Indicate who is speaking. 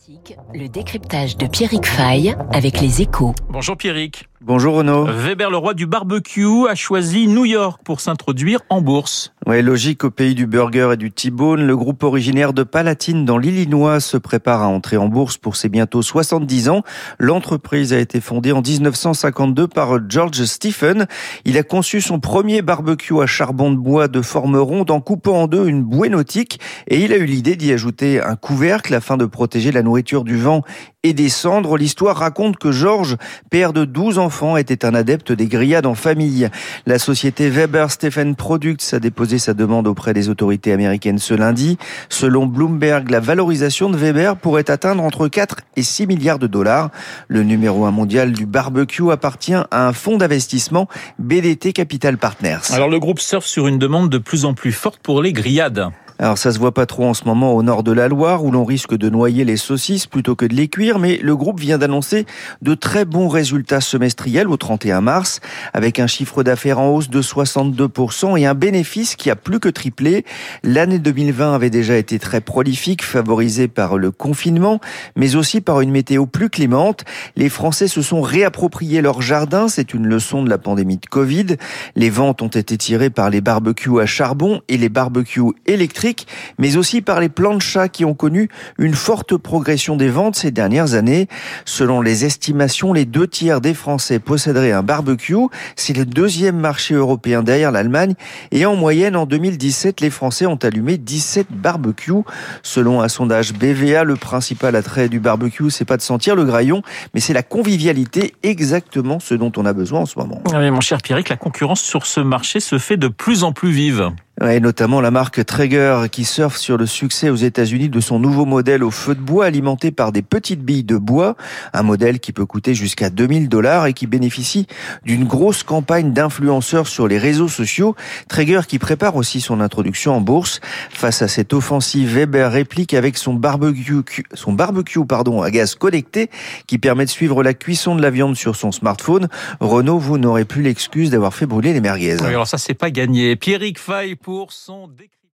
Speaker 1: Le décryptage de Pierrick Fay avec les Échos.
Speaker 2: Bonjour Pierrick.
Speaker 3: Bonjour Renaud.
Speaker 2: Weber, le roi du barbecue, a choisi New York pour s'introduire en bourse.
Speaker 3: Ouais, logique, au pays du burger et du T-bone, le groupe originaire de Palatine dans l'Illinois se prépare à entrer en bourse pour ses bientôt 70 ans. L'entreprise a été fondée en 1952 par George Stephen. Il a conçu son premier barbecue à charbon de bois de forme ronde en coupant en deux une bouée nautique et il a eu l'idée d'y ajouter un couvercle afin de protéger la nourriture du vent et des cendres. L'histoire raconte que George, père de 12 enfants, était un adepte des grillades en famille. La société Weber Stephen Products a déposé sa demande auprès des autorités américaines ce lundi. Selon Bloomberg, la valorisation de Weber pourrait atteindre entre 4 et 6 milliards de dollars. Le numéro 1 mondial du barbecue appartient à un fonds d'investissement BDT Capital Partners.
Speaker 2: Alors le groupe surfe sur une demande de plus en plus forte pour les grillades.
Speaker 3: Alors ça se voit pas trop en ce moment au nord de la Loire où l'on risque de noyer les saucisses plutôt que de les cuire, mais le groupe vient d'annoncer de très bons résultats semestriels au 31 mars avec un chiffre d'affaires en hausse de 62% et un bénéfice qui a plus que triplé. L'année 2020 avait déjà été très prolifique, favorisée par le confinement, mais aussi par une météo plus clémente. Les Français se sont réappropriés leur jardin, c'est une leçon de la pandémie de Covid. Les ventes ont été tirées par les barbecues à charbon et les barbecues électriques, mais aussi par les planchas qui ont connu une forte progression des ventes ces dernières années. Selon les estimations, les 2/3 des Français posséderaient un barbecue. C'est le deuxième marché européen derrière l'Allemagne. Et en moyenne, en 2017, les Français ont allumé 17 barbecues. Selon un sondage BVA, le principal attrait du barbecue, c'est pas de sentir le graillon, mais c'est la convivialité, exactement ce dont on a besoin en ce moment.
Speaker 2: Oui, mon cher Pierrick, la concurrence sur ce marché se fait de plus en plus vive.
Speaker 3: Ouais, notamment la marque Traeger qui surfe sur le succès aux États-Unis de son nouveau modèle au feu de bois alimenté par des petites billes de bois. Un modèle qui peut coûter jusqu'à $2000 et qui bénéficie d'une grosse campagne d'influenceurs sur les réseaux sociaux. Traeger qui prépare aussi son introduction en bourse. Face à cette offensive, Weber réplique avec son barbecue à gaz connecté qui permet de suivre la cuisson de la viande sur son smartphone. Renaud, vous n'aurez plus l'excuse d'avoir fait brûler les merguez.
Speaker 2: Oui, alors ça, c'est pas gagné. Pierrick Fay pour son décret.